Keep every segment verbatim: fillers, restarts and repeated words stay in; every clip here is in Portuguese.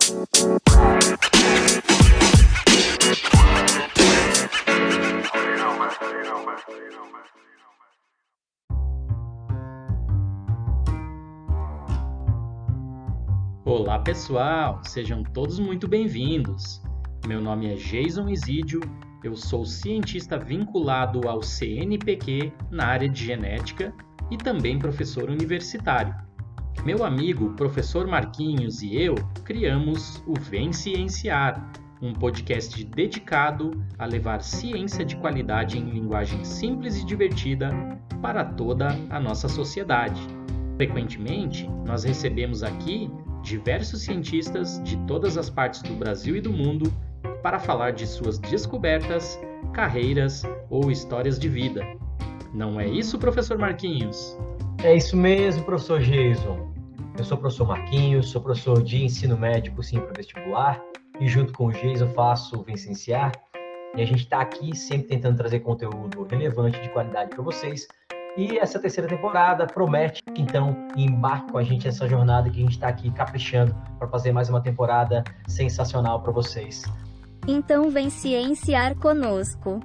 Olá pessoal, sejam todos muito bem-vindos. Meu nome é Jason Isidio, eu sou cientista vinculado ao C N Pq na área de genética e também professor universitário. Meu amigo, professor Marquinhos e eu criamos o Vem Cienciar, um podcast dedicado a levar ciência de qualidade em linguagem simples e divertida para toda a nossa sociedade. Frequentemente, nós recebemos aqui diversos cientistas de todas as partes do Brasil e do mundo para falar de suas descobertas, carreiras ou histórias de vida. Não é isso, professor Marquinhos? É isso mesmo, professor Jason. Eu sou o professor Marquinhos, sou professor de ensino médio cursinho para vestibular e junto com o Jason faço o Vem Cienciar. E a gente está aqui sempre tentando trazer conteúdo relevante de qualidade para vocês. E essa terceira temporada promete, então, embarque com a gente nessa jornada que a gente está aqui caprichando para fazer mais uma temporada sensacional para vocês. Então vem cienciar conosco.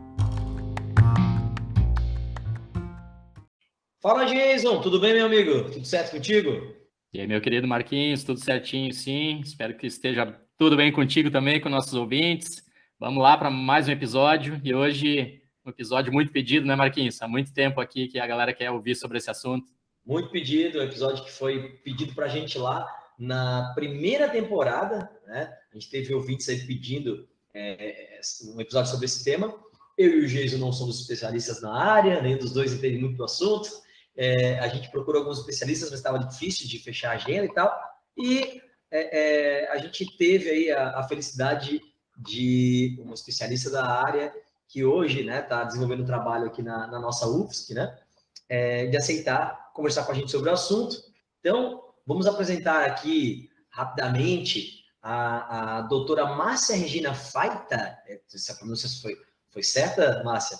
Fala, Jason, tudo bem, meu amigo? Tudo certo contigo? E aí, meu querido Marquinhos, tudo certinho, sim. Espero que esteja tudo bem contigo também, com nossos ouvintes. Vamos lá para mais um episódio. E hoje, um episódio muito pedido, né, Marquinhos? Há muito tempo aqui que a galera quer ouvir sobre esse assunto. Muito pedido, um episódio que foi pedido para a gente lá na primeira temporada, né? A gente teve ouvintes aí pedindo é, um episódio sobre esse tema. Eu e o Jason não somos especialistas na área, nem dos dois entendem muito do assunto. É, a gente procurou alguns especialistas, mas estava difícil de fechar a agenda e tal. E é, é, a gente teve aí a, a felicidade de uma especialista da área que hoje, né, está desenvolvendo um trabalho aqui na, na nossa U F S C, né, é, de aceitar conversar com a gente sobre o assunto. Então, vamos apresentar aqui rapidamente a, a doutora Márcia Regina Faita. Se a pronúncia foi, foi certa, Márcia?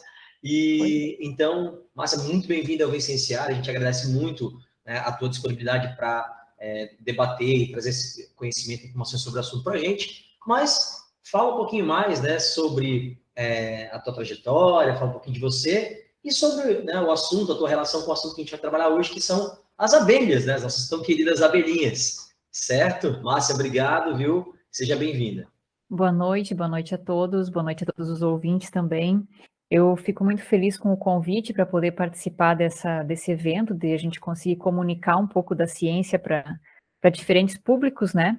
E então, Márcia, muito bem-vinda ao Vem Cienciar. A gente agradece muito, né, a tua disponibilidade para é, debater e trazer esse conhecimento e informações sobre o assunto para a gente. Mas fala um pouquinho mais, né, sobre é, a tua trajetória, fala um pouquinho de você e sobre, né, o assunto, a tua relação com o assunto que a gente vai trabalhar hoje, que são as abelhas, né, as nossas tão queridas abelhinhas. Certo? Márcia, obrigado, viu? Seja bem-vinda. Boa noite, boa noite a todos, boa noite a todos os ouvintes também. Eu fico muito feliz com o convite para poder participar dessa, desse evento, de a gente conseguir comunicar um pouco da ciência para diferentes públicos, né?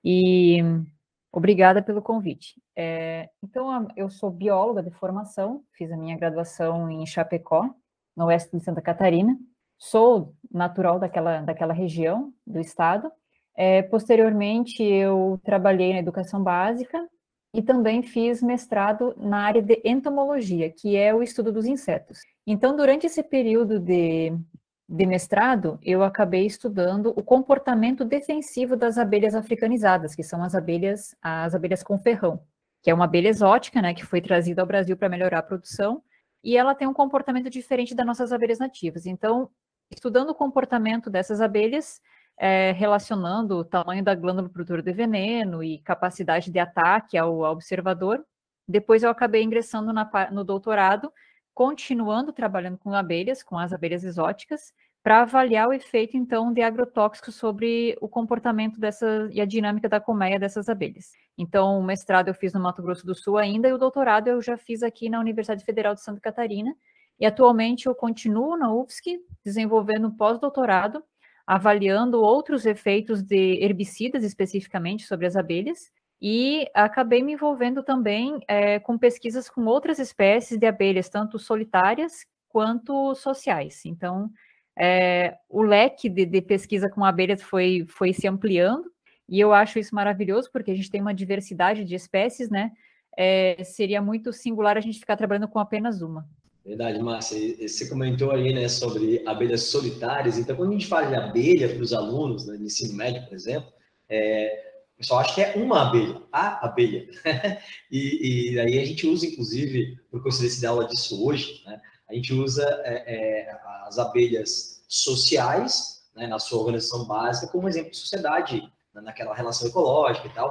E obrigada pelo convite. É, então, eu sou bióloga de formação, fiz a minha graduação em Chapecó, no oeste de Santa Catarina. Sou natural daquela, daquela região do estado. É, posteriormente, eu trabalhei na educação básica, e também fiz mestrado na área de entomologia, que é o estudo dos insetos. Então, durante esse período de, de mestrado, eu acabei estudando o comportamento defensivo das abelhas africanizadas, que são as abelhas, as abelhas com ferrão, que é uma abelha exótica, né, que foi trazida ao Brasil para melhorar a produção, e ela tem um comportamento diferente das nossas abelhas nativas. Então, estudando o comportamento dessas abelhas, É, relacionando o tamanho da glândula produtora de veneno e capacidade de ataque ao, ao observador. Depois eu acabei ingressando na, no doutorado, continuando trabalhando com abelhas, com as abelhas exóticas, para avaliar o efeito, então, de agrotóxicos sobre o comportamento dessa, e a dinâmica da colmeia dessas abelhas. Então, o mestrado eu fiz no Mato Grosso do Sul ainda, e o doutorado eu já fiz aqui na Universidade Federal de Santa Catarina, e atualmente eu continuo na U F S C, desenvolvendo um pós-doutorado, avaliando outros efeitos de herbicidas especificamente sobre as abelhas, e acabei me envolvendo também é, com pesquisas com outras espécies de abelhas, tanto solitárias quanto sociais. Então, é, o leque de, de pesquisa com abelhas foi, foi se ampliando, e eu acho isso maravilhoso, porque a gente tem uma diversidade de espécies, né? É, seria muito singular a gente ficar trabalhando com apenas uma. Verdade, Márcia. Você comentou aí, né, sobre abelhas solitárias. Então, quando a gente fala de abelha para os alunos, né, de ensino médio, por exemplo, é, o pessoal acha que é uma abelha, a abelha. e, e aí a gente usa, inclusive, por coincidência da aula disso hoje, né, a gente usa é, é, as abelhas sociais, né, na sua organização básica, como exemplo de sociedade, né, naquela relação ecológica e tal.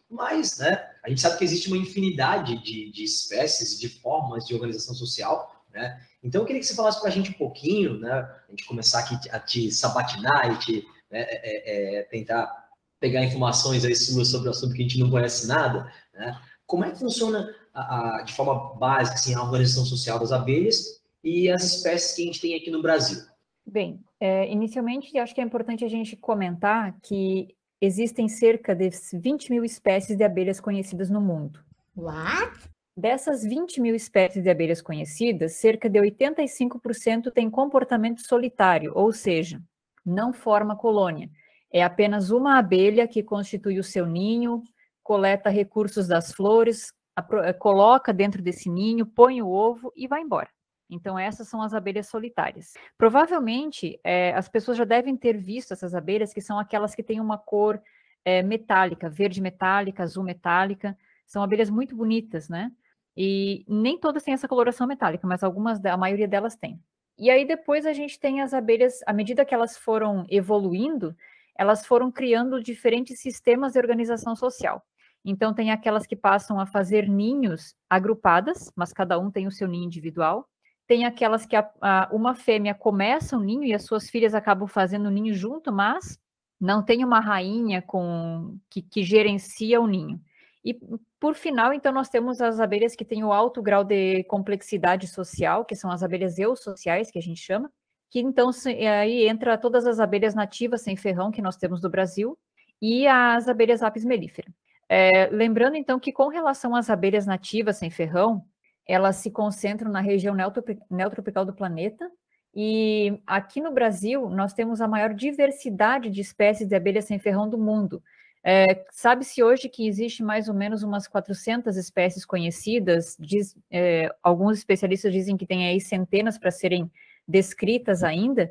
mas, né, a gente sabe que existe uma infinidade de, de espécies, de formas de organização social, né? Então, eu queria que você falasse para a gente um pouquinho, né, a gente começar aqui a te sabatinar e te, né, é, é, tentar pegar informações aí suas sobre o assunto que a gente não conhece nada, né? Como é que funciona, a, a, de forma básica, assim, a organização social das abelhas e as espécies que a gente tem aqui no Brasil? Bem, é, inicialmente, acho que é importante a gente comentar que existem cerca de vinte mil espécies de abelhas conhecidas no mundo. What? Dessas vinte mil espécies de abelhas conhecidas, cerca de oitenta e cinco por cento têm comportamento solitário, ou seja, não forma colônia. É apenas uma abelha que constitui o seu ninho, coleta recursos das flores, coloca dentro desse ninho, põe o ovo e vai embora. Então, essas são as abelhas solitárias. Provavelmente, é, as pessoas já devem ter visto essas abelhas, que são aquelas que têm uma cor é, metálica, verde metálica, azul metálica. São abelhas muito bonitas, né? E nem todas têm essa coloração metálica, mas algumas, a maioria delas tem. E aí, depois, a gente tem as abelhas, à medida que elas foram evoluindo, elas foram criando diferentes sistemas de organização social. Então, tem aquelas que passam a fazer ninhos agrupadas, mas cada um tem o seu ninho individual. Tem aquelas que a, a, uma fêmea começa um ninho e as suas filhas acabam fazendo o ninho junto, mas não tem uma rainha com, que, que gerencia o ninho. E, por final, então, nós temos as abelhas que têm o alto grau de complexidade social, que são as abelhas eusociais, que a gente chama, que, então, se, aí entra todas as abelhas nativas sem ferrão que nós temos no Brasil e as abelhas apis mellifera. É, lembrando, então, que com relação às abelhas nativas sem ferrão, elas se concentram na região neotropical do planeta, e aqui no Brasil nós temos a maior diversidade de espécies de abelhas sem ferrão do mundo. É, sabe-se hoje que existe mais ou menos umas quatrocentas espécies conhecidas, diz, é, alguns especialistas dizem que tem aí centenas para serem descritas ainda,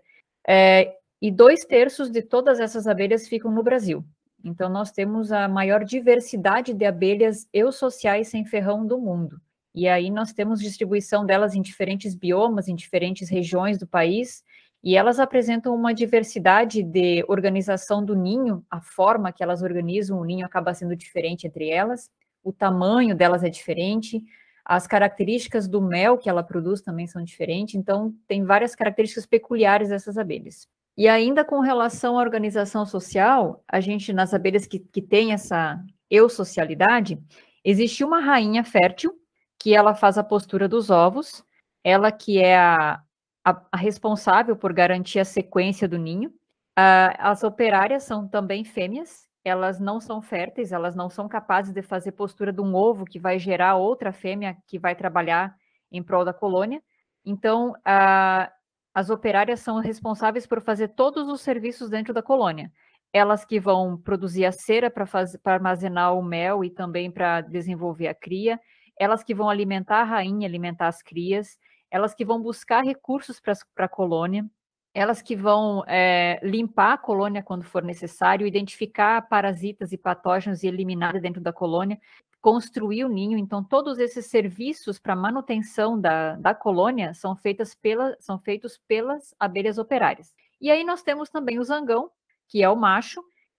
é, e dois terços de todas essas abelhas ficam no Brasil. Então nós temos a maior diversidade de abelhas eusociais sem ferrão do mundo. E aí nós temos distribuição delas em diferentes biomas, em diferentes regiões do país, e elas apresentam uma diversidade de organização do ninho, a forma que elas organizam o ninho acaba sendo diferente entre elas, o tamanho delas é diferente, as características do mel que ela produz também são diferentes, então tem várias características peculiares dessas abelhas. E ainda com relação à organização social, a gente, nas abelhas que, que tem essa eusocialidade, existe uma rainha fértil, que ela faz a postura dos ovos, ela que é a, a, a responsável por garantir a sequência do ninho. Uh, as operárias são também fêmeas, elas não são férteis, elas não são capazes de fazer postura de um ovo que vai gerar outra fêmea que vai trabalhar em prol da colônia. Então, uh, as operárias são responsáveis por fazer todos os serviços dentro da colônia. Elas que vão produzir a cera para armazenar o mel e também para desenvolver a cria, elas que vão alimentar a rainha, alimentar as crias, elas que vão buscar recursos para a colônia, elas que vão é, limpar a colônia quando for necessário, identificar parasitas e patógenos e eliminar dentro da colônia, construir o ninho. Então, todos esses serviços para manutenção da, da colônia são, feitas pela, são feitos pelas abelhas operárias. E aí nós temos também o zangão, que é o macho.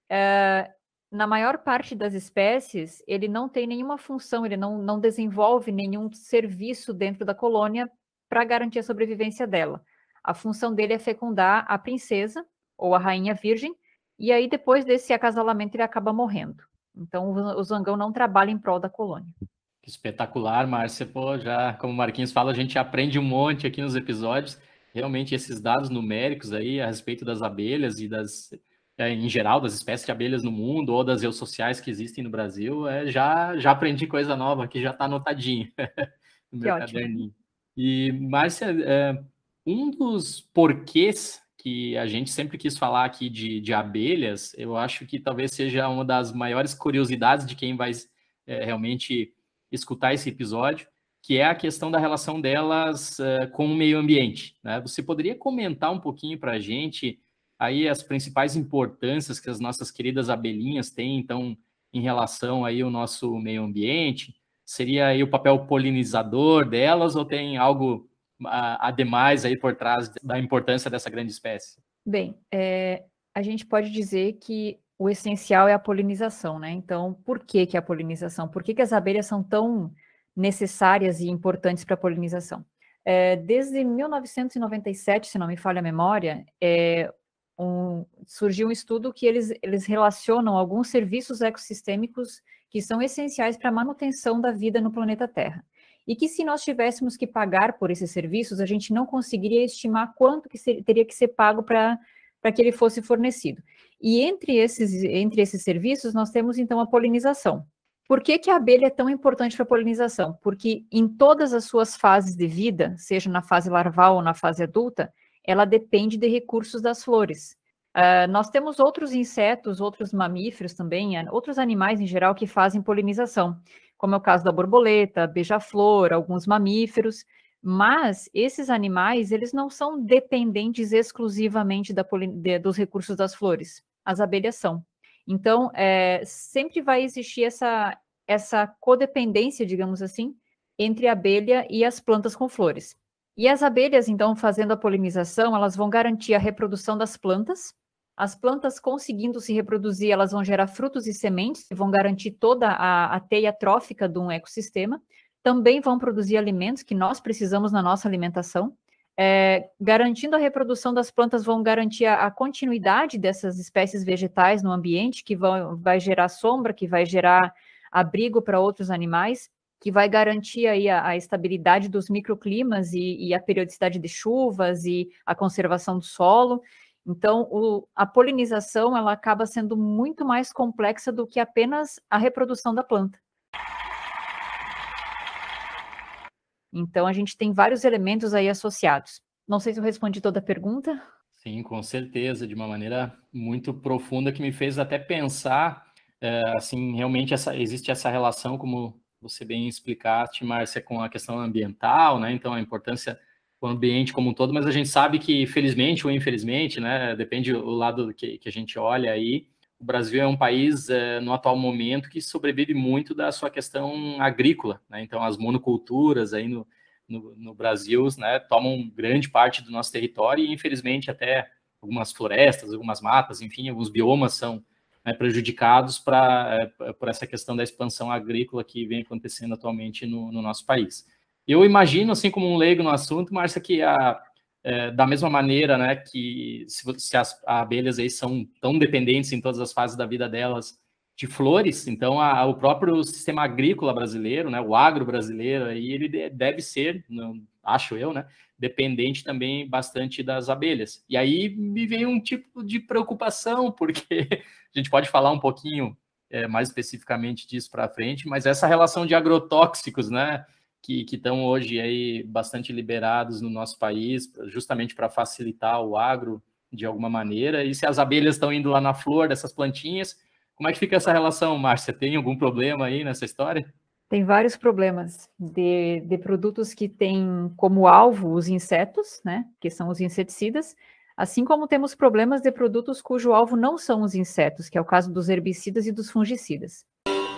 É, na maior parte das espécies, ele não tem nenhuma função, ele não, não desenvolve nenhum serviço dentro da colônia para garantir a sobrevivência dela. A função dele é fecundar a princesa ou a rainha virgem, e aí depois desse acasalamento ele acaba morrendo. Então o, o zangão não trabalha em prol da colônia. Que espetacular, Márcia. Pô, já, como o Marquinhos fala, a gente aprende um monte aqui nos episódios. Realmente esses dados numéricos aí a respeito das abelhas e das... É, em geral, das espécies de abelhas no mundo ou das eusociais que existem no Brasil, é, já, já aprendi coisa nova aqui, já está anotadinho no meu caderninho. E, Márcia, é, um dos porquês que a gente sempre quis falar aqui de, de abelhas, eu acho que talvez seja uma das maiores curiosidades de quem vai é, realmente escutar esse episódio, que é a questão da relação delas é, com o meio ambiente, né? Você poderia comentar um pouquinho para a gente aí as principais importâncias que as nossas queridas abelhinhas têm, então, em relação aí ao nosso meio ambiente? Seria aí o papel polinizador delas ou tem algo a, a demais aí por trás da importância dessa grande espécie? Bem, é, a gente pode dizer que o essencial é a polinização, né? Então, por que que a polinização? Por que que as abelhas são tão necessárias e importantes para a polinização? É, desde mil novecentos e noventa e sete, se não me falha a memória, é, um, surgiu um estudo que eles, eles relacionam alguns serviços ecossistêmicos que são essenciais para a manutenção da vida no planeta Terra. E que se nós tivéssemos que pagar por esses serviços, a gente não conseguiria estimar quanto que ser, teria que ser pago para para que ele fosse fornecido. E entre esses, entre esses serviços, nós temos, então, a polinização. Por que que a abelha é tão importante para a polinização? Porque em todas as suas fases de vida, seja na fase larval ou na fase adulta, ela depende de recursos das flores. Uh, nós temos outros insetos, outros mamíferos também, outros animais em geral que fazem polinização, como é o caso da borboleta, beija-flor, alguns mamíferos, mas esses animais, eles não são dependentes exclusivamente da de, dos recursos das flores, as abelhas são. Então, é, sempre vai existir essa, essa codependência, digamos assim, entre a abelha e as plantas com flores. E as abelhas, então, fazendo a polinização, elas vão garantir a reprodução das plantas. As plantas conseguindo se reproduzir, elas vão gerar frutos e sementes, que vão garantir toda a, a teia trófica de um ecossistema. Também vão produzir alimentos que nós precisamos na nossa alimentação. É, garantindo a reprodução das plantas, vão garantir a, a continuidade dessas espécies vegetais no ambiente, que vão, vai gerar sombra, que vai gerar abrigo para outros animais, que vai garantir aí a, a estabilidade dos microclimas e, e a periodicidade de chuvas e a conservação do solo. Então, o, a polinização ela acaba sendo muito mais complexa do que apenas a reprodução da planta. Então, a gente tem vários elementos aí associados. Não sei se eu respondi toda a pergunta. Sim, com certeza, de uma maneira muito profunda que me fez até pensar, é, assim, realmente essa, existe essa relação, como você bem explicaste, Márcia, com a questão ambiental, né? Então, a importância do ambiente como um todo, mas a gente sabe que, felizmente ou infelizmente, né, depende do lado que, que a gente olha aí, o Brasil é um país, é, no atual momento, que sobrevive muito da sua questão agrícola, né? Então, as monoculturas aí no, no, no Brasil, né, tomam grande parte do nosso território e, infelizmente, até algumas florestas, algumas matas, enfim, alguns biomas são, né, prejudicados pra, é, por essa questão da expansão agrícola que vem acontecendo atualmente no, no nosso país. Eu imagino, assim como um leigo no assunto, Márcia, que a É, da mesma maneira, né, que se, se as abelhas aí são tão dependentes em todas as fases da vida delas de flores, então a, o próprio sistema agrícola brasileiro, né, o agro brasileiro, aí ele deve ser, não, acho eu, né, dependente também bastante das abelhas. E aí me veio um tipo de preocupação, porque a gente pode falar um pouquinho é, mais especificamente disso para frente, mas essa relação de agrotóxicos, né, que estão hoje aí bastante liberados no nosso país, justamente para facilitar o agro de alguma maneira. E se as abelhas estão indo lá na flor dessas plantinhas, como é que fica essa relação, Márcia? Tem algum problema aí nessa história? Tem vários problemas de, de produtos que têm como alvo os insetos, né, que são os inseticidas, assim como temos problemas de produtos cujo alvo não são os insetos, que é o caso dos herbicidas e dos fungicidas.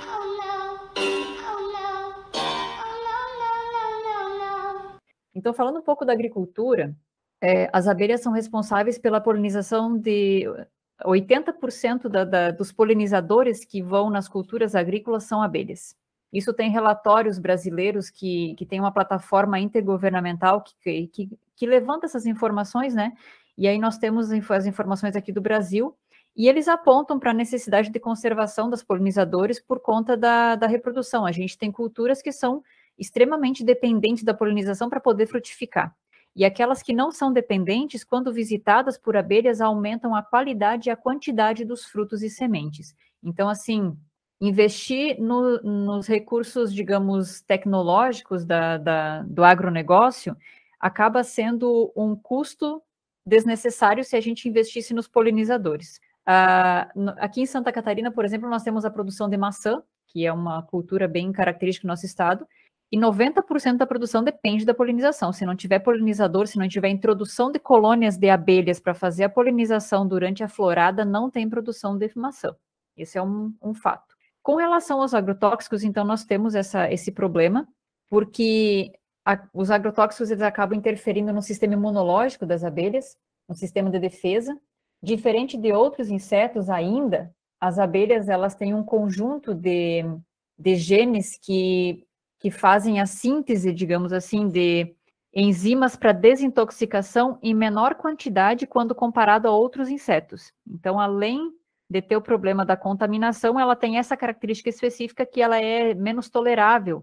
Então, falando um pouco da agricultura, é, as abelhas são responsáveis pela polinização de oitenta por cento da, da, dos polinizadores que vão nas culturas agrícolas são abelhas. Isso tem relatórios brasileiros que, que tem uma plataforma intergovernamental que, que, que levanta essas informações, né? E aí nós temos as informações aqui do Brasil, e eles apontam para a necessidade de conservação dos polinizadores por conta da, da reprodução. A gente tem culturas que são extremamente dependentes da polinização para poder frutificar. E aquelas que não são dependentes, quando visitadas por abelhas, aumentam a qualidade e a quantidade dos frutos e sementes. Então, assim, investir no, nos recursos, digamos, tecnológicos da, da, do agronegócio acaba sendo um custo desnecessário se a gente investisse nos polinizadores. Uh, aqui em Santa Catarina, por exemplo, nós temos a produção de maçã, que é uma cultura bem característica do nosso estado, e noventa por cento da produção depende da polinização. Se não tiver polinizador, se não tiver introdução de colônias de abelhas para fazer a polinização durante a florada, não tem produção de maçã. Esse é um, um fato. Com relação aos agrotóxicos, então, nós temos essa, esse problema, porque a, os agrotóxicos eles acabam interferindo no sistema imunológico das abelhas, no sistema de defesa. Diferente de outros insetos ainda, as abelhas, elas têm um conjunto de, de genes que, que fazem a síntese, digamos assim, de enzimas para desintoxicação em menor quantidade quando comparado a outros insetos. Então, além de ter o problema da contaminação, ela tem essa característica específica que ela é menos tolerável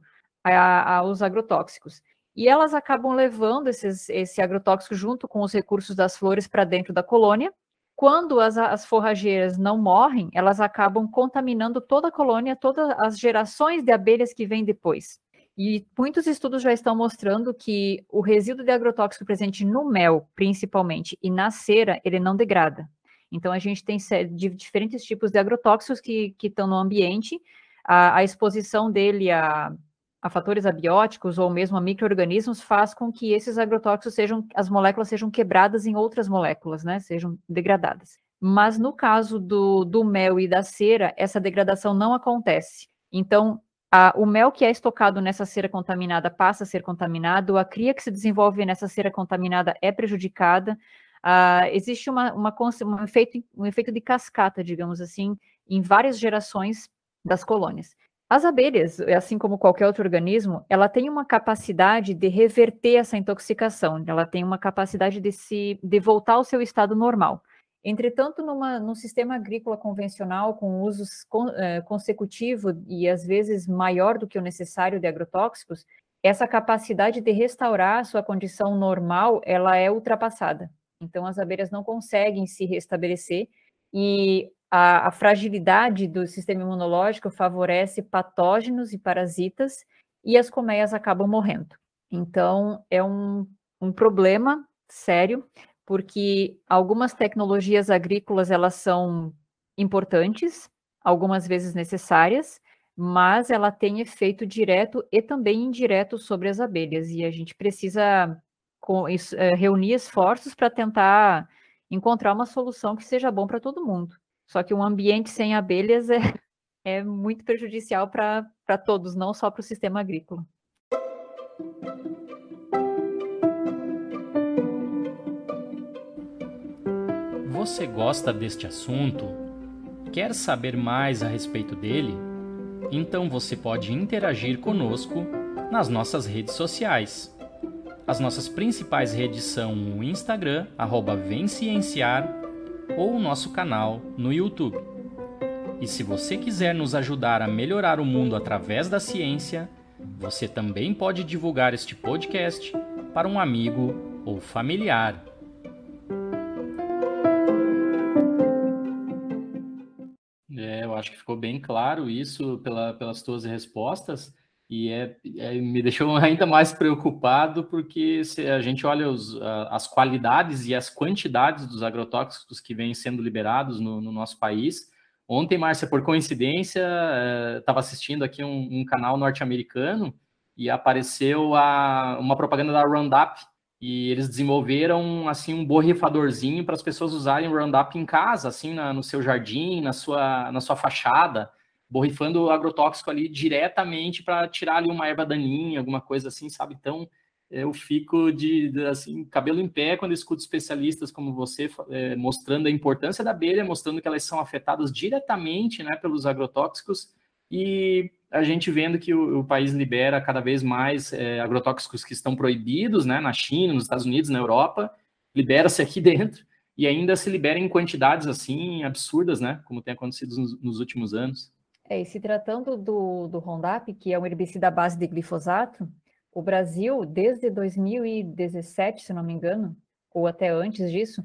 a, aos agrotóxicos. E elas acabam levando esses, esse agrotóxico junto com os recursos das flores para dentro da colônia. Quando as, as forrageiras não morrem, elas acabam contaminando toda a colônia, todas as gerações de abelhas que vêm depois. E muitos estudos já estão mostrando que o resíduo de agrotóxico presente no mel, principalmente, e na cera, ele não degrada. Então, a gente tem de diferentes tipos de agrotóxicos que, que estão no ambiente, a, a exposição dele a, a fatores abióticos ou mesmo a micro-organismos faz com que esses agrotóxicos sejam, as moléculas sejam quebradas em outras moléculas, né, sejam degradadas. Mas no caso do, do mel e da cera, essa degradação não acontece. Então, a, o mel que é estocado nessa cera contaminada passa a ser contaminado, a cria que se desenvolve nessa cera contaminada é prejudicada, uh, existe uma, uma, um, efeito, um efeito de cascata, digamos assim, em várias gerações das colônias. As abelhas, assim como qualquer outro organismo, ela tem uma capacidade de reverter essa intoxicação, ela tem uma capacidade de, se, de voltar ao seu estado normal. Entretanto, numa, num sistema agrícola convencional, com usos con, eh, consecutivo e às vezes maior do que o necessário de agrotóxicos, essa capacidade de restaurar a sua condição normal, ela é ultrapassada. Então, as abelhas não conseguem se restabelecer e a, a fragilidade do sistema imunológico favorece patógenos e parasitas e as colmeias acabam morrendo. Então, é um, um problema sério, porque algumas tecnologias agrícolas, elas são importantes, algumas vezes necessárias, mas ela tem efeito direto e também indireto sobre as abelhas, e a gente precisa com, isso, é, reunir esforços para tentar encontrar uma solução que seja bom para todo mundo. Só que um ambiente sem abelhas é, é muito prejudicial para todos, não só para o sistema agrícola. Você gosta deste assunto? Quer saber mais a respeito dele? Então você pode interagir conosco nas nossas redes sociais. As nossas principais redes são o Instagram, arroba Vem Cienciar, ou o nosso canal no YouTube. E se você quiser nos ajudar a melhorar o mundo através da ciência, você também pode divulgar este podcast para um amigo ou familiar. É, eu acho que ficou bem claro isso pela, pelas tuas respostas e é, é, me deixou ainda mais preocupado porque se a gente olha os, a, as qualidades e as quantidades dos agrotóxicos que vêm sendo liberados no, no nosso país. Ontem, Márcia, por coincidência, estava assistindo aqui um, um canal norte-americano e apareceu a, uma propaganda da Roundup e eles desenvolveram assim um borrifadorzinho para as pessoas usarem o Roundup em casa, assim, na, no seu jardim, na sua, na sua fachada, borrifando o agrotóxico ali diretamente para tirar ali uma erva daninha, alguma coisa assim, sabe? Então, eu fico de, de assim, cabelo em pé quando escuto especialistas como você é, mostrando a importância da abelha, mostrando que elas são afetadas diretamente, né, pelos agrotóxicos, e a gente vendo que o, o país libera cada vez mais é, agrotóxicos que estão proibidos, né, na China, nos Estados Unidos, na Europa, libera-se aqui dentro, e ainda se libera em quantidades assim absurdas, né, como tem acontecido nos, nos últimos anos. É, e se tratando do, do Roundup, que é um herbicida à base de glifosato, o Brasil, desde dois mil e dezessete, se não me engano, ou até antes disso,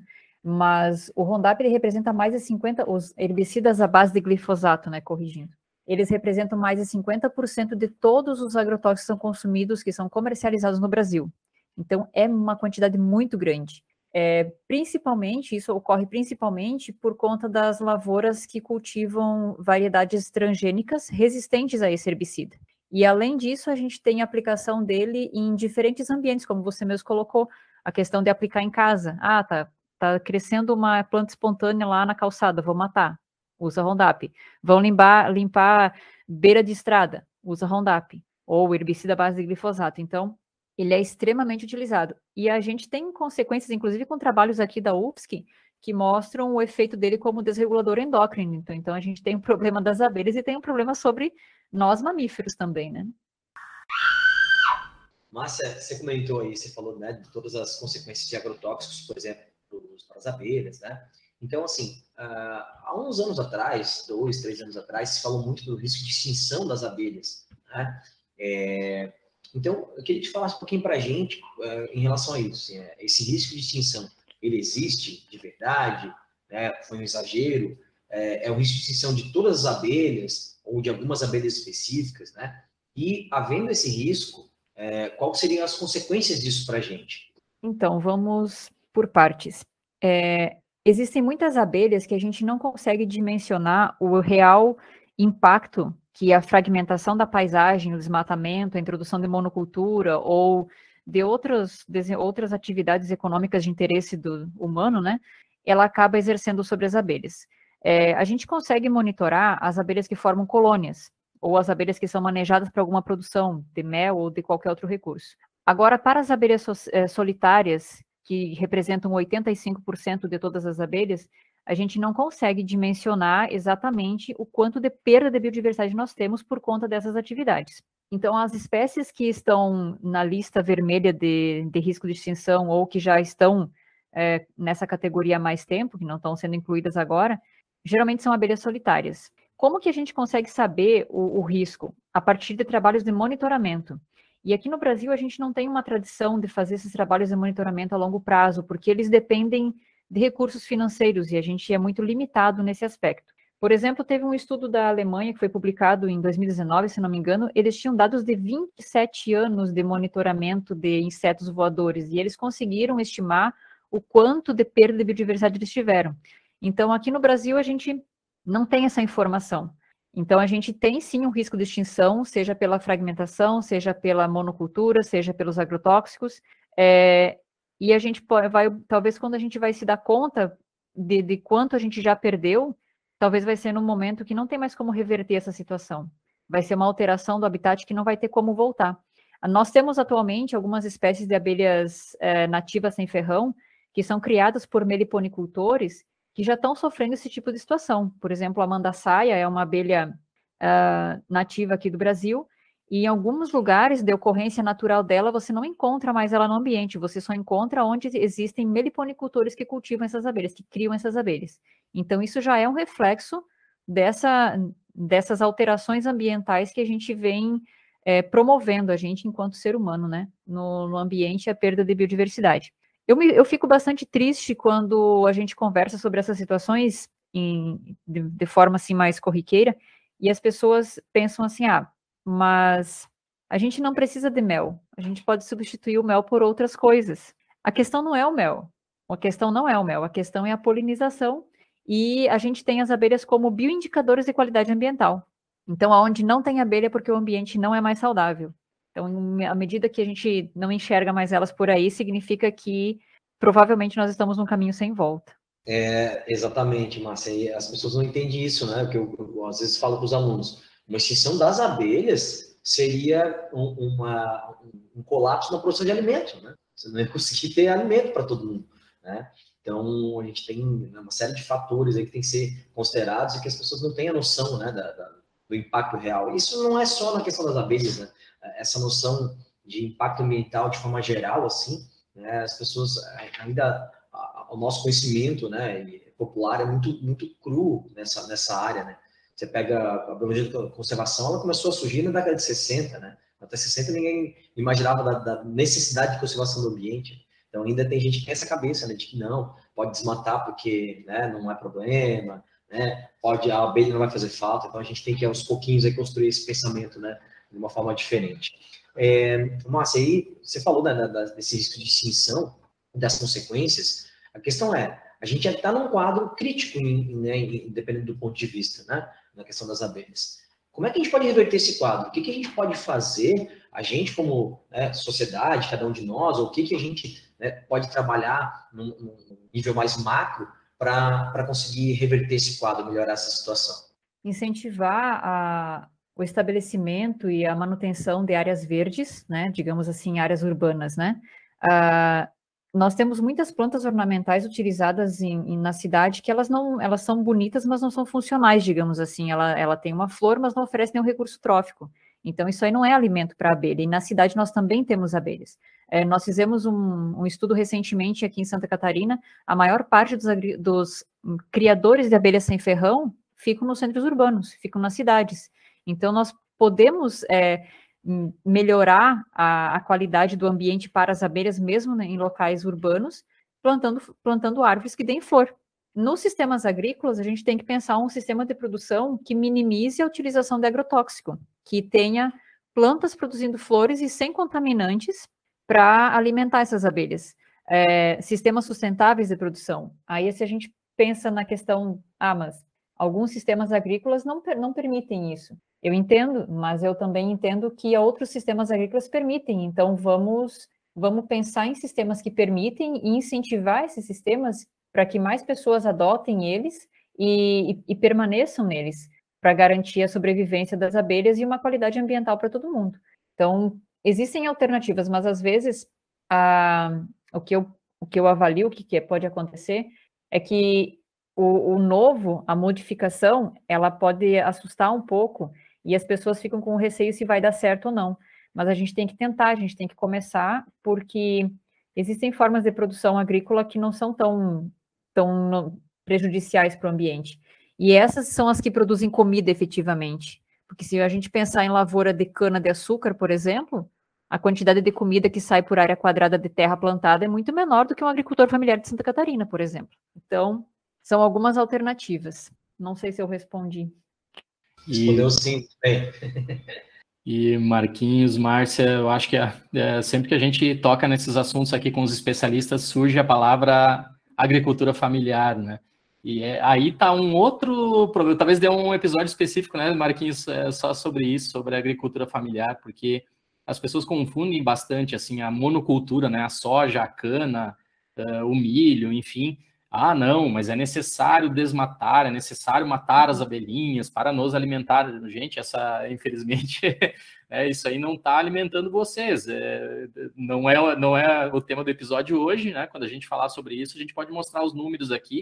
mas o Roundup ele representa mais de cinquenta, os herbicidas à base de glifosato, né, corrigindo, eles representam mais de cinquenta por cento de todos os agrotóxicos que são consumidos, que são comercializados no Brasil. Então, é uma quantidade muito grande. É, principalmente, isso ocorre principalmente por conta das lavouras que cultivam variedades transgênicas resistentes a esse herbicida. E, além disso, a gente tem a aplicação dele em diferentes ambientes, como você mesmo colocou, a questão de aplicar em casa. Ah, tá, tá crescendo uma planta espontânea lá na calçada, vou matar. Usa Roundup. Vão limpar, limpar beira de estrada, usa Roundup. Ou herbicida à base de glifosato. Então, ele é extremamente utilizado. E a gente tem consequências, inclusive com trabalhos aqui da U F S C, que mostram o efeito dele como desregulador endócrino. Então, então a gente tem o problema das abelhas e tem um problema sobre nós mamíferos também, né? Márcia, você comentou aí, você falou, né, de todas as consequências de agrotóxicos, por exemplo, para as abelhas, né? Então, assim, uh, há uns anos atrás, dois, três anos atrás, se falou muito do risco de extinção das abelhas, né? É, então, eu queria que te falasse um pouquinho para a gente uh, em relação a isso. Assim, esse risco de extinção, ele existe de verdade? Né? Foi um exagero? É, é o risco de extinção de todas as abelhas ou de algumas abelhas específicas, né? E, havendo esse risco, é, quais seriam as consequências disso para a gente? Então, vamos por partes. É, existem muitas abelhas que a gente não consegue dimensionar o real impacto que a fragmentação da paisagem, o desmatamento, a introdução de monocultura ou de outras, de outras atividades econômicas de interesse do humano, né, ela acaba exercendo sobre as abelhas. É, a gente consegue monitorar as abelhas que formam colônias, ou as abelhas que são manejadas para alguma produção de mel ou de qualquer outro recurso. Agora, para as abelhas solitárias, que representam oitenta e cinco por cento de todas as abelhas, a gente não consegue dimensionar exatamente o quanto de perda de biodiversidade nós temos por conta dessas atividades. Então, as espécies que estão na lista vermelha de, de risco de extinção ou que já estão é, nessa categoria há mais tempo, que não estão sendo incluídas agora, geralmente são abelhas solitárias. Como que a gente consegue saber o, o risco? A partir de trabalhos de monitoramento. E aqui no Brasil a gente não tem uma tradição de fazer esses trabalhos de monitoramento a longo prazo, porque eles dependem de recursos financeiros e a gente é muito limitado nesse aspecto. Por exemplo, teve um estudo da Alemanha que foi publicado em dois mil e dezenove, se não me engano, eles tinham dados de vinte e sete anos de monitoramento de insetos voadores e eles conseguiram estimar o quanto de perda de biodiversidade eles tiveram. Então, aqui no Brasil a gente não tem essa informação. Então, a gente tem sim um risco de extinção, seja pela fragmentação, seja pela monocultura, seja pelos agrotóxicos, é, e a gente vai, talvez quando a gente vai se dar conta de, de quanto a gente já perdeu, talvez vai ser num momento que não tem mais como reverter essa situação. Vai ser uma alteração do habitat que não vai ter como voltar. Nós temos atualmente algumas espécies de abelhas é, nativas sem ferrão, que são criadas por meliponicultores, que já estão sofrendo esse tipo de situação. Por exemplo, a mandaçaia é uma abelha uh, nativa aqui do Brasil, e em alguns lugares de ocorrência natural dela, você não encontra mais ela no ambiente, você só encontra onde existem meliponicultores que cultivam essas abelhas, que criam essas abelhas. Então, isso já é um reflexo dessa, dessas alterações ambientais que a gente vem é, promovendo, a gente enquanto ser humano, né, no, no ambiente e a perda de biodiversidade. Eu, me, eu fico bastante triste quando a gente conversa sobre essas situações em, de, de forma assim mais corriqueira e as pessoas pensam assim, ah, mas a gente não precisa de mel, a gente pode substituir o mel por outras coisas. A questão não é o mel, a questão não é o mel, a questão é a polinização e a gente tem as abelhas como bioindicadores de qualidade ambiental. Então, aonde não tem abelha é porque o ambiente não é mais saudável. Então, à medida que a gente não enxerga mais elas por aí, significa que provavelmente nós estamos num caminho sem volta. É, exatamente, Márcia. E as pessoas não entendem isso, né? O que eu, eu às vezes falo para os alunos. Uma extinção das abelhas seria um, uma, um colapso na produção de alimento, né? Você não ia conseguir ter alimento para todo mundo, né? Então, a gente tem uma série de fatores aí que tem que ser considerados e que as pessoas não têm a noção, né, da, da, do impacto real. Isso não é só na questão das abelhas, né? Essa noção de impacto ambiental de forma geral, assim, né? As pessoas ainda, o nosso conhecimento, né, popular é muito, muito cru nessa, nessa área, né? Você pega a biologia de conservação, ela começou a surgir na década de sessenta, né? Até sessenta ninguém imaginava da, da necessidade de conservação do ambiente. Então ainda tem gente que tem essa cabeça, né, de que não, pode desmatar porque, né, não é problema, né, pode, a abelha não vai fazer falta, então a gente tem que aos pouquinhos aí construir esse pensamento, né, de uma forma diferente. É, Márcia, aí você falou, né, da, desse risco de extinção, das consequências, a questão é, a gente já está num quadro crítico, né, dependendo do ponto de vista, né, na questão das abelhas. Como é que a gente pode reverter esse quadro? O que, que a gente pode fazer, a gente como, né, sociedade, cada um de nós, ou o que, que a gente, né, pode trabalhar num, num nível mais macro para conseguir reverter esse quadro, melhorar essa situação? Incentivar a, o estabelecimento e a manutenção de áreas verdes, né, digamos assim, áreas urbanas, né, uh, nós temos muitas plantas ornamentais utilizadas em, em, na cidade que elas não, elas são bonitas, mas não são funcionais, digamos assim. Ela, ela tem uma flor, mas não oferece nenhum recurso trófico. Então, isso aí não é alimento para abelha. E na cidade nós também temos abelhas. É, nós fizemos um, um estudo recentemente aqui em Santa Catarina. A maior parte dos, dos criadores de abelhas sem ferrão ficam nos centros urbanos, ficam nas cidades. Então, nós podemos... É, melhorar a, a qualidade do ambiente para as abelhas, mesmo, né, em locais urbanos, plantando, plantando árvores que deem flor. Nos sistemas agrícolas, a gente tem que pensar um sistema de produção que minimize a utilização de agrotóxico, que tenha plantas produzindo flores e sem contaminantes para alimentar essas abelhas. É, sistemas sustentáveis de produção. Aí, se a gente pensa na questão, ah, mas alguns sistemas agrícolas não, não permitem isso. Eu entendo, mas eu também entendo que outros sistemas agrícolas permitem. Então, vamos, vamos pensar em sistemas que permitem e incentivar esses sistemas para que mais pessoas adotem eles e, e, e permaneçam neles, para garantir a sobrevivência das abelhas e uma qualidade ambiental para todo mundo. Então, existem alternativas, mas às vezes a, o, que eu, o que eu avalio, o que, que pode acontecer, é que o, o novo, a modificação, ela pode assustar um pouco, e as pessoas ficam com receio se vai dar certo ou não. Mas a gente tem que tentar, a gente tem que começar, porque existem formas de produção agrícola que não são tão, tão prejudiciais para o ambiente. E essas são as que produzem comida efetivamente. Porque se a gente pensar em lavoura de cana-de-açúcar, por exemplo, a quantidade de comida que sai por área quadrada de terra plantada é muito menor do que um agricultor familiar de Santa Catarina, por exemplo. Então, são algumas alternativas. Não sei se eu respondi. Respondeu sim, bem. E Marquinhos, Márcia, eu acho que é, é, sempre que a gente toca nesses assuntos aqui com os especialistas, surge a palavra agricultura familiar, né? E é, aí tá um outro problema, talvez dê um episódio específico, né, Marquinhos, é, só sobre isso, sobre a agricultura familiar, porque as pessoas confundem bastante, assim, a monocultura, né, a soja, a cana, uh, o milho, enfim. Ah, não, mas é necessário desmatar, é necessário matar as abelhinhas para nos alimentar. Gente, essa, infelizmente, é, isso aí não está alimentando vocês. É, não, é, não é o tema do episódio hoje, né? Quando a gente falar sobre isso, a gente pode mostrar os números aqui,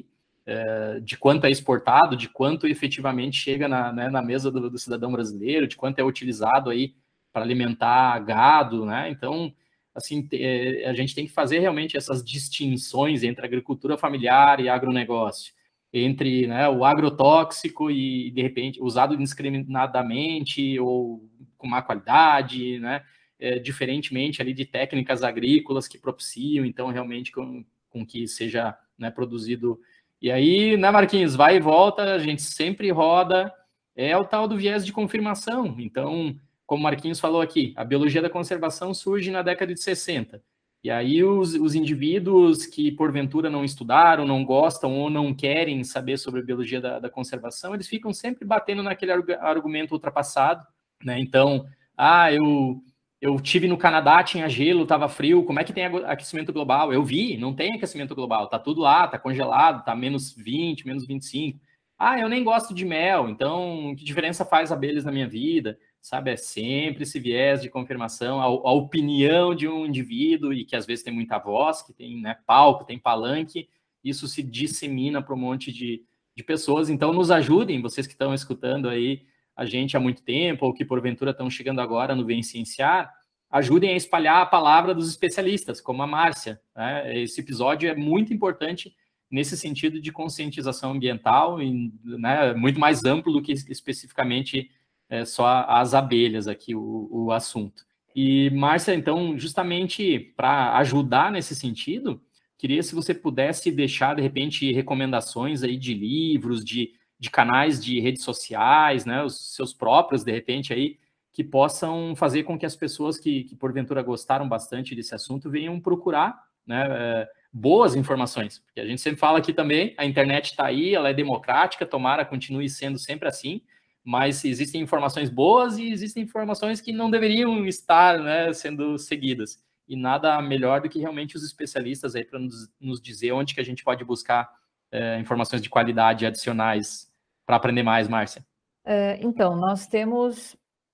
é, de quanto é exportado, de quanto efetivamente chega na, né, na mesa do, do cidadão brasileiro, de quanto é utilizado aí para alimentar gado, né? Então, assim, a gente tem que fazer realmente essas distinções entre agricultura familiar e agronegócio, entre, né, o agrotóxico e, de repente, usado indiscriminadamente ou com má qualidade, né, é, diferentemente ali de técnicas agrícolas que propiciam, então, realmente, com, com que seja, né, produzido. E aí, né, Marquinhos, vai e volta, a gente sempre roda, é o tal do viés de confirmação. Então, como o Marquinhos falou aqui, a biologia da conservação surge na década de sessenta. E aí os, os indivíduos que, porventura, não estudaram, não gostam ou não querem saber sobre a biologia da, da conservação, eles ficam sempre batendo naquele argumento ultrapassado, né? Então, ah, eu, eu tive no Canadá, tinha gelo, estava frio, como é que tem aquecimento global? Eu vi, não tem aquecimento global, tá tudo lá, tá congelado, tá menos vinte, menos vinte e cinco. Ah, eu nem gosto de mel, então que diferença faz abelhas na minha vida? Sabe, é sempre esse viés de confirmação, a, a opinião de um indivíduo, e que às vezes tem muita voz, que tem, né, palco, tem palanque, isso se dissemina para um monte de, de pessoas. Então, nos ajudem, vocês que estão escutando aí a gente há muito tempo, ou que porventura estão chegando agora no Vem Cienciar, ajudem a espalhar a palavra dos especialistas, como a Márcia, né? Esse episódio é muito importante nesse sentido de conscientização ambiental, e, né, muito mais amplo do que especificamente é só as abelhas aqui o, o assunto. E, Márcia, então, justamente para ajudar nesse sentido, queria se você pudesse deixar, de repente, recomendações aí de livros, de, de canais de redes sociais, né, os seus próprios, de repente, aí, que possam fazer com que as pessoas que, que porventura, gostaram bastante desse assunto venham procurar, né, é, boas informações. Porque a gente sempre fala aqui também, a internet está aí, ela é democrática, tomara continue sendo sempre assim, mas existem informações boas e existem informações que não deveriam estar, né, sendo seguidas. E nada melhor do que realmente os especialistas aí para nos, nos dizer onde que a gente pode buscar é, informações de qualidade adicionais para aprender mais, Márcia. É, então, nós temos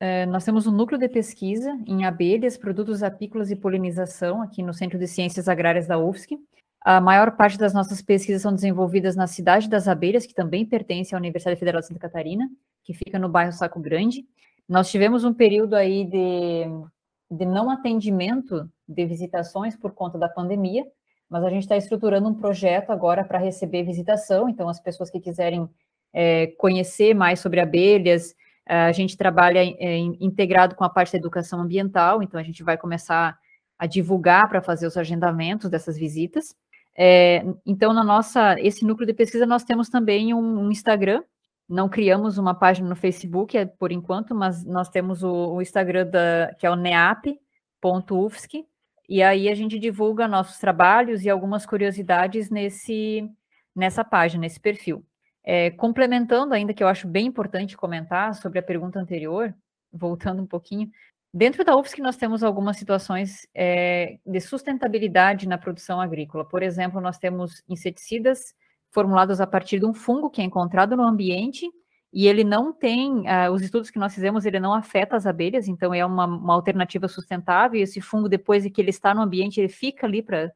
eh, nós temos um núcleo de pesquisa em abelhas, produtos apícolas e polinização aqui no Centro de Ciências Agrárias da U F S C. A maior parte das nossas pesquisas são desenvolvidas na Cidade das Abelhas, que também pertence à Universidade Federal de Santa Catarina, que fica no bairro Saco Grande. Nós tivemos um período aí de, de não atendimento de visitações por conta da pandemia, mas a gente está estruturando um projeto agora para receber visitação, então as pessoas que quiserem é, conhecer mais sobre abelhas, a gente trabalha é, integrado com a parte da educação ambiental, então a gente vai começar a divulgar para fazer os agendamentos dessas visitas. É, então, na nossa, esse núcleo de pesquisa, nós temos também um, um Instagram, não criamos uma página no Facebook, é, por enquanto, mas nós temos o, o Instagram, da, que é o neap ponto u f s c, e aí a gente divulga nossos trabalhos e algumas curiosidades nesse, nessa página, nesse perfil. É, complementando ainda, que eu acho bem importante comentar sobre a pergunta anterior, voltando um pouquinho, dentro da U F S C nós temos algumas situações é, de sustentabilidade na produção agrícola. Por exemplo, nós temos inseticidas formulados a partir de um fungo que é encontrado no ambiente e ele não tem, uh, os estudos que nós fizemos, ele não afeta as abelhas, então é uma, uma alternativa sustentável, e esse fungo, depois de que ele está no ambiente, ele fica ali para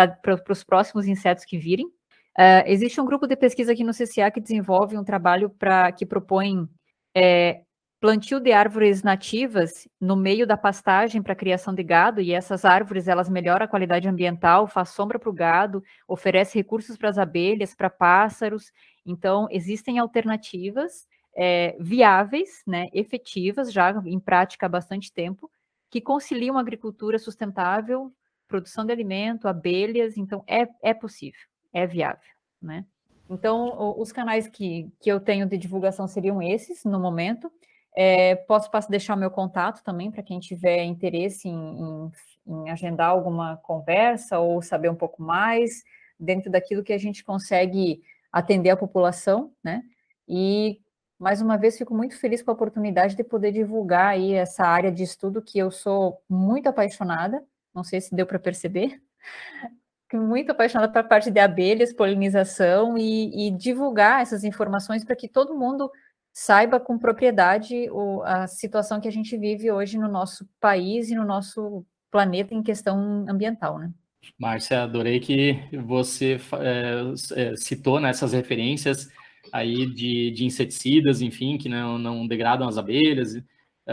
os próximos insetos que virem. Uh, existe um grupo de pesquisa aqui no C C A que desenvolve um trabalho pra, que propõe é, plantio de árvores nativas no meio da pastagem para a criação de gado, e essas árvores, elas melhoram a qualidade ambiental, faz sombra para o gado, oferece recursos para as abelhas, para pássaros. Então, existem alternativas é, viáveis, né, efetivas, já em prática há bastante tempo, que conciliam a agricultura sustentável, produção de alimento, abelhas, então é, é possível, é viável, né? Então, os canais que, que eu tenho de divulgação seriam esses, no momento. É, posso, posso deixar o meu contato também, para quem tiver interesse em, em, em agendar alguma conversa ou saber um pouco mais, dentro daquilo que a gente consegue atender a população, né? E, mais uma vez, fico muito feliz com a oportunidade de poder divulgar aí essa área de estudo que eu sou muito apaixonada, não sei se deu para perceber, muito apaixonada pela parte de abelhas, polinização e, e divulgar essas informações para que todo mundo saiba com propriedade o, a situação que a gente vive hoje no nosso país e no nosso planeta em questão ambiental, né? Márcia, adorei que você é, citou nessas referências aí de, de inseticidas, enfim, que não, não degradam as abelhas, uh,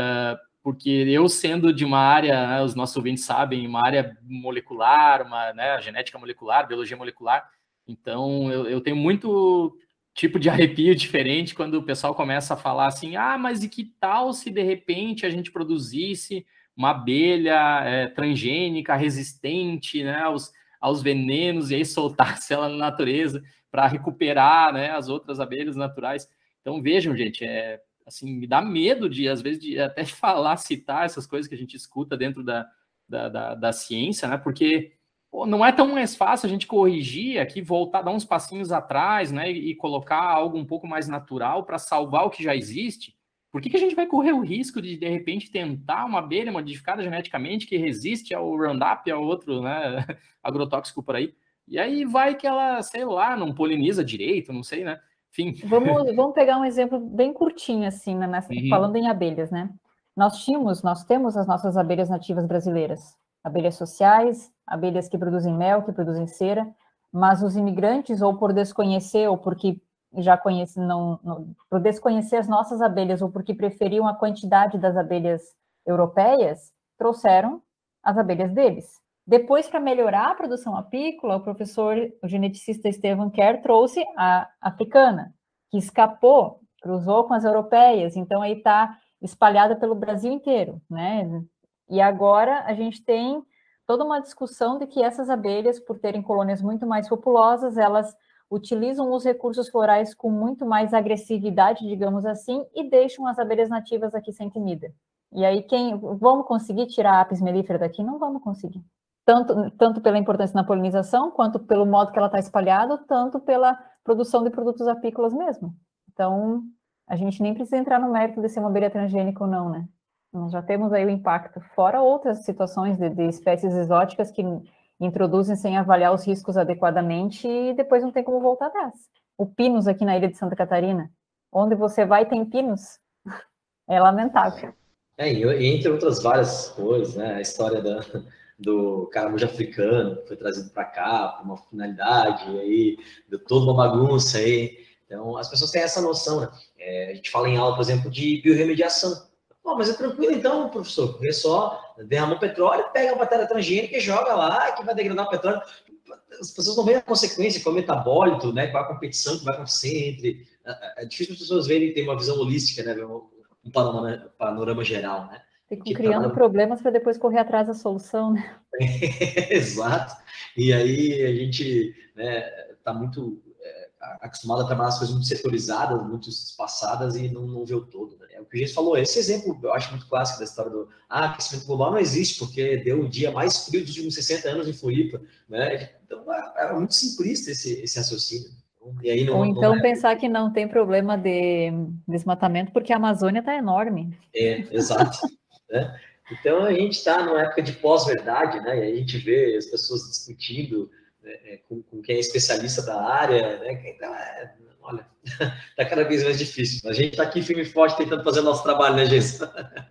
porque eu sendo de uma área, né, os nossos ouvintes sabem, uma área molecular, uma, né, genética molecular, biologia molecular, então eu, eu tenho muito tipo de arrepio diferente quando o pessoal começa a falar assim, ah, mas e que tal se de repente a gente produzisse uma abelha é, transgênica, resistente, né, aos, aos venenos, e aí soltasse ela na natureza para recuperar, né, as outras abelhas naturais. Então, vejam, gente, é, assim, me dá medo de, às vezes, de até falar, citar essas coisas que a gente escuta dentro da, da, da, da ciência, né, porque pô, não é tão mais fácil a gente corrigir aqui, voltar, dar uns passinhos atrás, né, e, e colocar algo um pouco mais natural para salvar o que já existe. Por que, que a gente vai correr o risco de, de repente, tentar uma abelha modificada geneticamente que resiste ao Roundup, ao outro, né, agrotóxico por aí? E aí vai que ela, sei lá, não poliniza direito, não sei, né? Enfim. Vamos, vamos pegar um exemplo bem curtinho, assim, né, nessa, uhum. falando em abelhas, né? Nós tínhamos, nós temos as nossas abelhas nativas brasileiras, abelhas sociais, abelhas que produzem mel, que produzem cera, mas os imigrantes, ou por desconhecer, ou porque já conhecem, não, não, por desconhecer as nossas abelhas, ou porque preferiam a quantidade das abelhas europeias, trouxeram as abelhas deles. Depois, para melhorar a produção apícola, o professor, o geneticista Stephen Kerr trouxe a africana, que escapou, cruzou com as europeias, então aí está espalhada pelo Brasil inteiro, né? E agora a gente tem toda uma discussão de que essas abelhas, por terem colônias muito mais populosas, elas utilizam os recursos florais com muito mais agressividade, digamos assim, e deixam as abelhas nativas aqui sem comida. E aí, quem vamos conseguir tirar a Apis mellifera daqui? Não vamos conseguir. Tanto, tanto pela importância na polinização, quanto pelo modo que ela está espalhada, tanto pela produção de produtos apícolas mesmo. Então, a gente nem precisa entrar no mérito de ser uma abelha transgênica ou não, né? Nós já temos aí o impacto, fora outras situações de, de espécies exóticas que introduzem sem avaliar os riscos adequadamente e depois não tem como voltar atrás. O pinus aqui na ilha de Santa Catarina, onde você vai tem pinus, é lamentável. É, e entre outras várias coisas, né? A história da, do caramujo africano, que foi trazido para cá, para uma finalidade, e aí deu toda uma bagunça aí. Então, as pessoas têm essa noção, né? É, a gente fala em aula, por exemplo, de biorremediação. Pô, mas é tranquilo então, professor, porque só derramou petróleo, pega a matéria transgênica e joga lá, que vai degradar o petróleo. As pessoas não veem a consequência, qual é o metabólito, né? Qual é a competição que vai acontecer entre... É difícil as pessoas verem, ter uma visão holística, né? Um panorama, panorama geral, né? Ficam criando trabalha... problemas para depois correr atrás da solução, né? Exato. E aí a gente né, tá muito é, acostumado a trabalhar as coisas muito setorizadas, muito espaçadas e não, não vê o todo. Né? É o que a gente falou, esse exemplo eu acho muito clássico da história do ah, aquecimento global não existe, porque deu o dia mais frio dos últimos sessenta anos em Floripa. Né? Então é, é muito simplista esse, esse raciocínio. E aí não, Ou então não é... pensar que não tem problema de desmatamento porque a Amazônia está enorme. É, exato. Né? Então a gente está numa época de pós-verdade, né? E a gente vê as pessoas discutindo né, com, com quem é especialista da área, né? Então, é, olha, está cada vez mais difícil. A gente está aqui firme e forte tentando fazer o nosso trabalho, né, Geiso?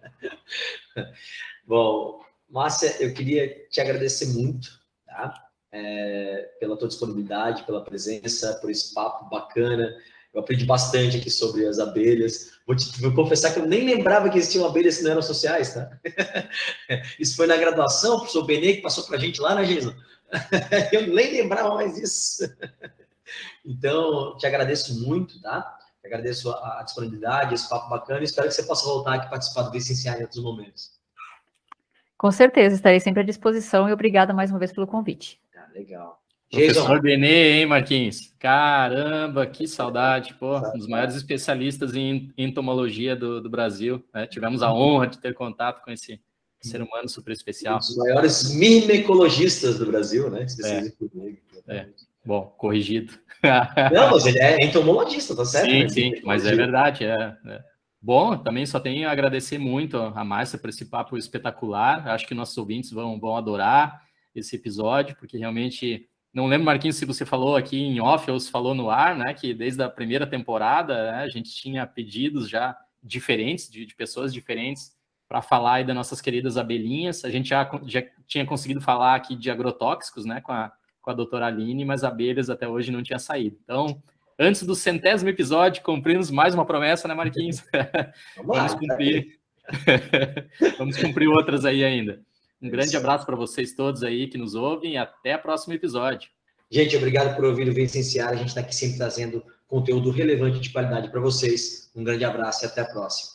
Bom, Márcia, eu queria te agradecer muito, tá? É, pela tua disponibilidade, pela presença, por esse papo bacana. Eu aprendi bastante aqui sobre as abelhas. Vou, te, vou confessar que eu nem lembrava que existiam abelhas que não eram sociais, tá? Isso foi na graduação, o professor Benê que passou para a gente lá, né, Geisa? Eu nem lembrava mais disso. Então, te agradeço muito, tá? Te agradeço a, a disponibilidade, esse papo bacana. E espero que você possa voltar aqui participar do Vicenciar em outros momentos. Com certeza, estarei sempre à disposição e obrigada mais uma vez pelo convite. Ah, legal. Professor Benê, hein, Marquinhos? Caramba, que saudade, pô, um dos maiores especialistas em entomologia do, do Brasil, né? Tivemos a honra de ter contato com esse ser humano super especial. Um dos maiores mirmecologistas do Brasil, né? É, é. Bom, corrigido. Não, mas ele é entomologista, tá certo? Sim, sim, mas é verdade, é, é. Bom, também só tenho a agradecer muito a Márcia por esse papo espetacular, acho que nossos ouvintes vão, vão adorar esse episódio, porque realmente... Não lembro, Marquinhos, se você falou aqui em off ou se falou no ar, né? Que desde a primeira temporada né, a gente tinha pedidos já diferentes, de, de pessoas diferentes, para falar aí das nossas queridas abelhinhas. A gente já, já tinha conseguido falar aqui de agrotóxicos, né? Com a, com a doutora Aline, mas abelhas até hoje não tinha saído. Então, antes do centésimo episódio, cumprimos mais uma promessa, né, Marquinhos? Vamos cumprir. Vamos cumprir outras aí ainda. Um grande abraço para vocês todos aí que nos ouvem e até o próximo episódio. Gente, obrigado por ouvir o Vicenciar. A gente está aqui sempre trazendo conteúdo relevante de qualidade para vocês. Um grande abraço e até a próxima.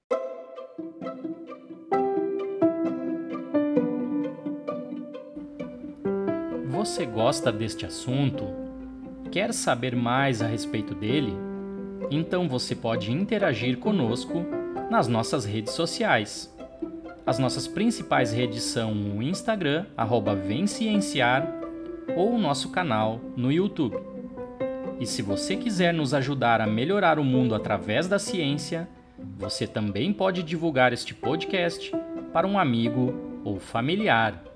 Você gosta deste assunto? Quer saber mais a respeito dele? Então você pode interagir conosco nas nossas redes sociais. As nossas principais redes são o Instagram, arroba Vencienciar, ou o nosso canal no YouTube. E se você quiser nos ajudar a melhorar o mundo através da ciência, você também pode divulgar este podcast para um amigo ou familiar.